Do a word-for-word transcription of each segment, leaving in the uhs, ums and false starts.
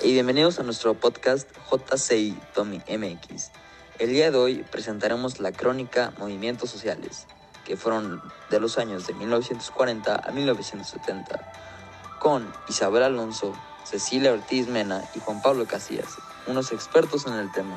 y bienvenidos a nuestro podcast J C I Tommy M X. El día de hoy presentaremos la crónica Movimientos Sociales, que fueron de los años de mil novecientos cuarenta a mil novecientos setenta, con Isabel Alonso, Cecilia Ortiz Mena y Juan Pablo Casillas, unos expertos en el tema.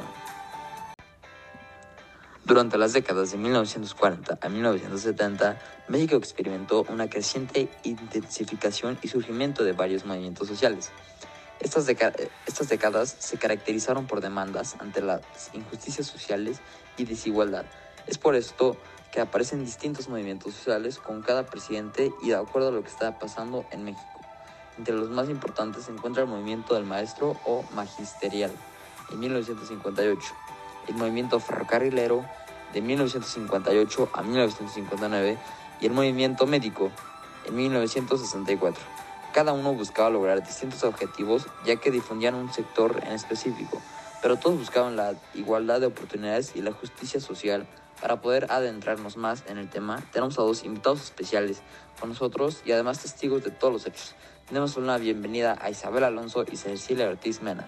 Durante las décadas de mil novecientos cuarenta a mil novecientos setenta, México experimentó una creciente intensificación y surgimiento de varios movimientos sociales. Estas, deca- estas décadas se caracterizaron por demandas ante las injusticias sociales y desigualdad. Es por esto que aparecen distintos movimientos sociales con cada presidente y de acuerdo a lo que está pasando en México. Entre los más importantes se encuentra el movimiento del maestro o magisterial en mil novecientos cincuenta y ocho, el movimiento ferrocarrilero de mil novecientos cincuenta y ocho a mil novecientos cincuenta y nueve y el movimiento médico en mil novecientos sesenta y cuatro. Cada uno buscaba lograr distintos objetivos ya que difundían un sector en específico, pero todos buscaban la igualdad de oportunidades y la justicia social. Para poder adentrarnos más en el tema, tenemos a dos invitados especiales con nosotros y además testigos de todos los hechos. Tenemos una bienvenida a Isabel Alonso y Cecilia Ortiz Mena.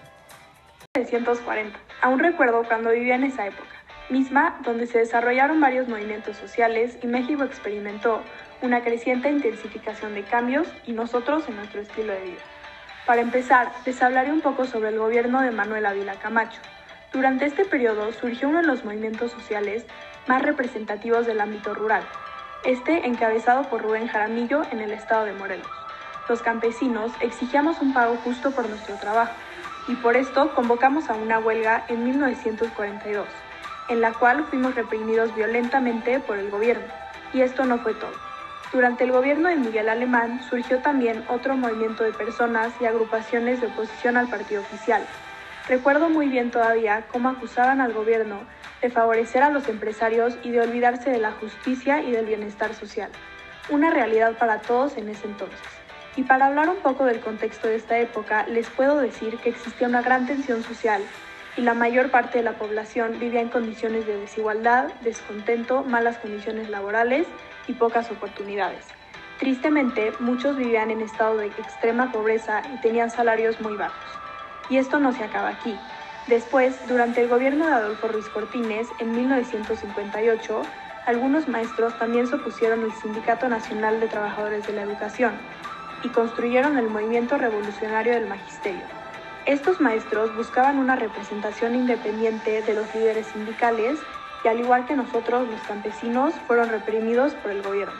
mil novecientos cuarenta. Aún recuerdo cuando vivía en esa época, misma donde se desarrollaron varios movimientos sociales y México experimentó una creciente intensificación de cambios y nosotros en nuestro estilo de vida. Para empezar, les hablaré un poco sobre el gobierno de Manuel Ávila Camacho. Durante este periodo surgió uno de los movimientos sociales más representativos del ámbito rural, este encabezado por Rubén Jaramillo en el estado de Morelos. Los campesinos exigíamos un pago justo por nuestro trabajo y por esto convocamos a una huelga en mil novecientos cuarenta y dos, en la cual fuimos reprimidos violentamente por el gobierno. Y esto no fue todo. Durante el gobierno de Miguel Alemán surgió también otro movimiento de personas y agrupaciones de oposición al partido oficial. Recuerdo muy bien todavía cómo acusaban al gobierno de favorecer a los empresarios y de olvidarse de la justicia y del bienestar social, una realidad para todos en ese entonces. Y para hablar un poco del contexto de esta época, les puedo decir que existía una gran tensión social y la mayor parte de la población vivía en condiciones de desigualdad, descontento, malas condiciones laborales y pocas oportunidades. Tristemente, muchos vivían en estado de extrema pobreza y tenían salarios muy bajos. Y esto no se acaba aquí. Después, durante el gobierno de Adolfo Ruiz Cortines, en mil novecientos cincuenta y ocho, algunos maestros también se opusieron al Sindicato Nacional de Trabajadores de la Educación y construyeron el movimiento revolucionario del magisterio. Estos maestros buscaban una representación independiente de los líderes sindicales y al igual que nosotros, los campesinos, fueron reprimidos por el gobierno.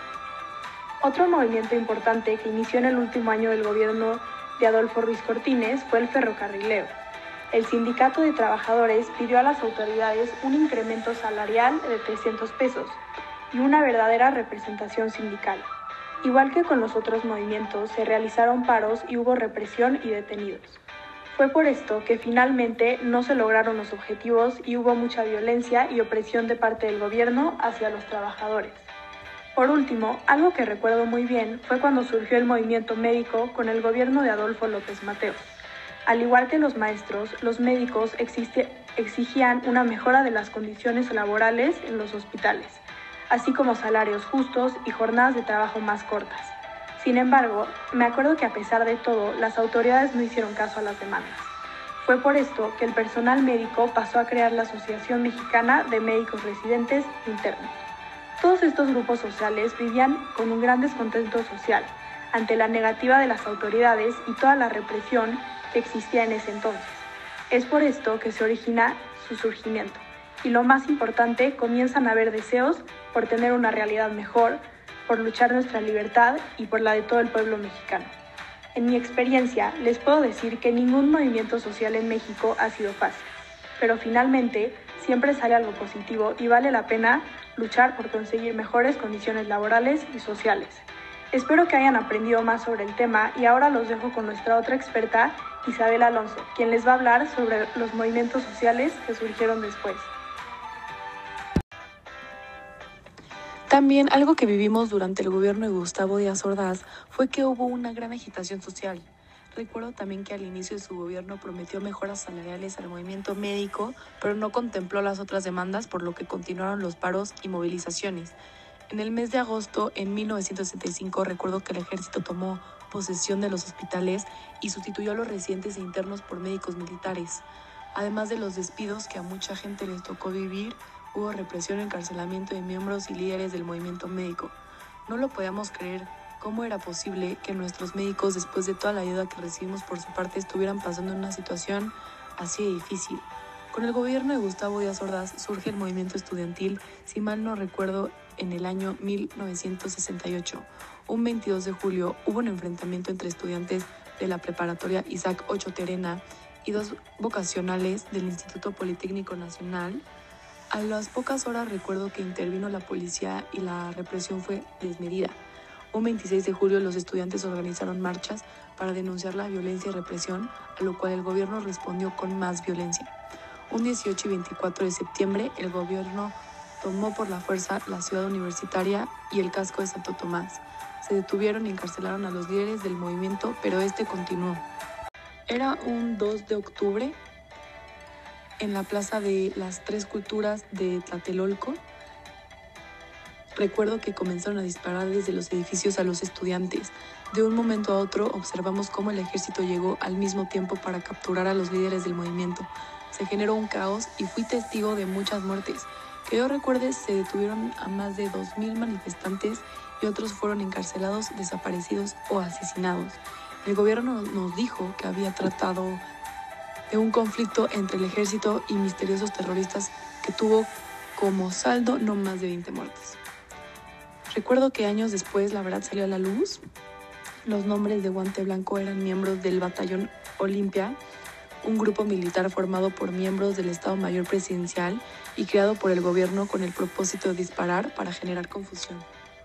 Otro movimiento importante que inició en el último año del gobierno de Adolfo Ruiz Cortines fue el ferrocarrilero. El sindicato de trabajadores pidió a las autoridades un incremento salarial de trescientos pesos y una verdadera representación sindical. Igual que con los otros movimientos, se realizaron paros y hubo represión y detenidos. Fue por esto que finalmente no se lograron los objetivos y hubo mucha violencia y opresión de parte del gobierno hacia los trabajadores. Por último, algo que recuerdo muy bien fue cuando surgió el movimiento médico con el gobierno de Adolfo López Mateos. Al igual que los maestros, los médicos existe, exigían una mejora de las condiciones laborales en los hospitales, así como salarios justos y jornadas de trabajo más cortas. Sin embargo, me acuerdo que a pesar de todo, las autoridades no hicieron caso a las demandas. Fue por esto que el personal médico pasó a crear la Asociación Mexicana de Médicos Residentes Internos. Todos estos grupos sociales vivían con un gran descontento social ante la negativa de las autoridades y toda la represión que existía en ese entonces. Es por esto que se origina su surgimiento y lo más importante, comienzan a haber deseos por tener una realidad mejor, por luchar nuestra libertad y por la de todo el pueblo mexicano. En mi experiencia, les puedo decir que ningún movimiento social en México ha sido fácil, pero finalmente siempre sale algo positivo y vale la pena luchar por conseguir mejores condiciones laborales y sociales. Espero que hayan aprendido más sobre el tema y ahora los dejo con nuestra otra experta, Isabel Alonso, quien les va a hablar sobre los movimientos sociales que surgieron después. También algo que vivimos durante el gobierno de Gustavo Díaz Ordaz fue que hubo una gran agitación social. Recuerdo también que al inicio de su gobierno prometió mejoras salariales al movimiento médico, pero no contempló las otras demandas, por lo que continuaron los paros y movilizaciones. En el mes de agosto, en mil novecientos setenta y cinco, recuerdo que el ejército tomó posesión de los hospitales y sustituyó a los residentes e internos por médicos militares. Además de los despidos que a mucha gente les tocó vivir, hubo represión y encarcelamiento de miembros y líderes del movimiento médico. No lo podíamos creer. ¿Cómo era posible que nuestros médicos, después de toda la ayuda que recibimos por su parte, estuvieran pasando en una situación así de difícil? Con el gobierno de Gustavo Díaz Ordaz surge el movimiento estudiantil, si mal no recuerdo, en el año mil novecientos sesenta y ocho. Un veintidós de julio hubo un enfrentamiento entre estudiantes de la preparatoria Isaac Ochoa Terena y dos vocacionales del Instituto Politécnico Nacional. A las pocas horas recuerdo que intervino la policía y la represión fue desmedida. Un veintiséis de julio los estudiantes organizaron marchas para denunciar la violencia y represión, a lo cual el gobierno respondió con más violencia. Un dieciocho y veinticuatro de septiembre el gobierno tomó por la fuerza la ciudad universitaria y el casco de Santo Tomás. Se detuvieron y encarcelaron a los líderes del movimiento, pero este continuó. Era un dos de octubre en la Plaza de las Tres Culturas de Tlatelolco. Recuerdo que comenzaron a disparar desde los edificios a los estudiantes. De un momento a otro observamos cómo el ejército llegó al mismo tiempo para capturar a los líderes del movimiento. Se generó un caos y fui testigo de muchas muertes. Que yo recuerde, se detuvieron a más de dos mil manifestantes y otros fueron encarcelados, desaparecidos o asesinados. El gobierno nos dijo que había tratado de un conflicto entre el ejército y misteriosos terroristas que tuvo como saldo no más de veinte muertes. Recuerdo que años después la verdad salió a la luz. Los nombres de Guante Blanco eran miembros del Batallón Olimpia, un grupo militar formado por miembros del Estado Mayor Presidencial y creado por el gobierno con el propósito de disparar para generar confusión.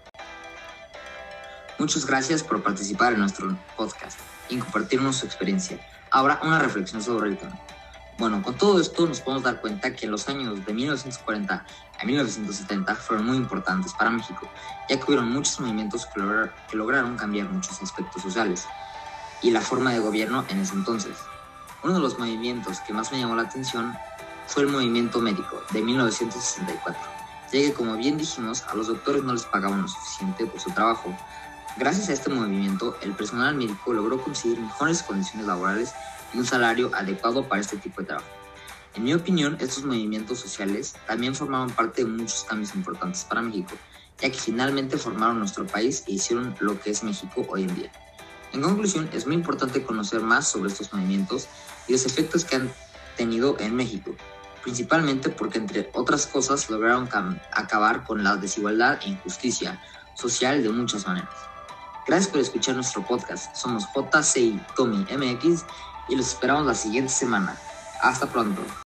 Muchas gracias por participar en nuestro podcast y compartirnos su experiencia. Ahora una reflexión sobre el tema. Bueno, con todo esto nos podemos dar cuenta que los años de mil novecientos cuarenta a mil novecientos setenta fueron muy importantes para México, ya que hubieron muchos movimientos que, lograr, que lograron cambiar muchos aspectos sociales y la forma de gobierno en ese entonces. Uno de los movimientos que más me llamó la atención fue el movimiento médico de mil novecientos sesenta y cuatro, ya que, como bien dijimos, a los doctores no les pagaban lo suficiente por su trabajo. Gracias a este movimiento, el personal médico logró conseguir mejores condiciones laborales y un salario adecuado para este tipo de trabajo. En mi opinión, estos movimientos sociales también formaron parte de muchos cambios importantes para México, ya que finalmente formaron nuestro país e hicieron lo que es México hoy en día. En conclusión, es muy importante conocer más sobre estos movimientos y los efectos que han tenido en México, principalmente porque, entre otras cosas, lograron cam- acabar con la desigualdad e injusticia social de muchas maneras. Gracias por escuchar nuestro podcast. Somos J C I Tommy M X y los esperamos la siguiente semana. Hasta pronto.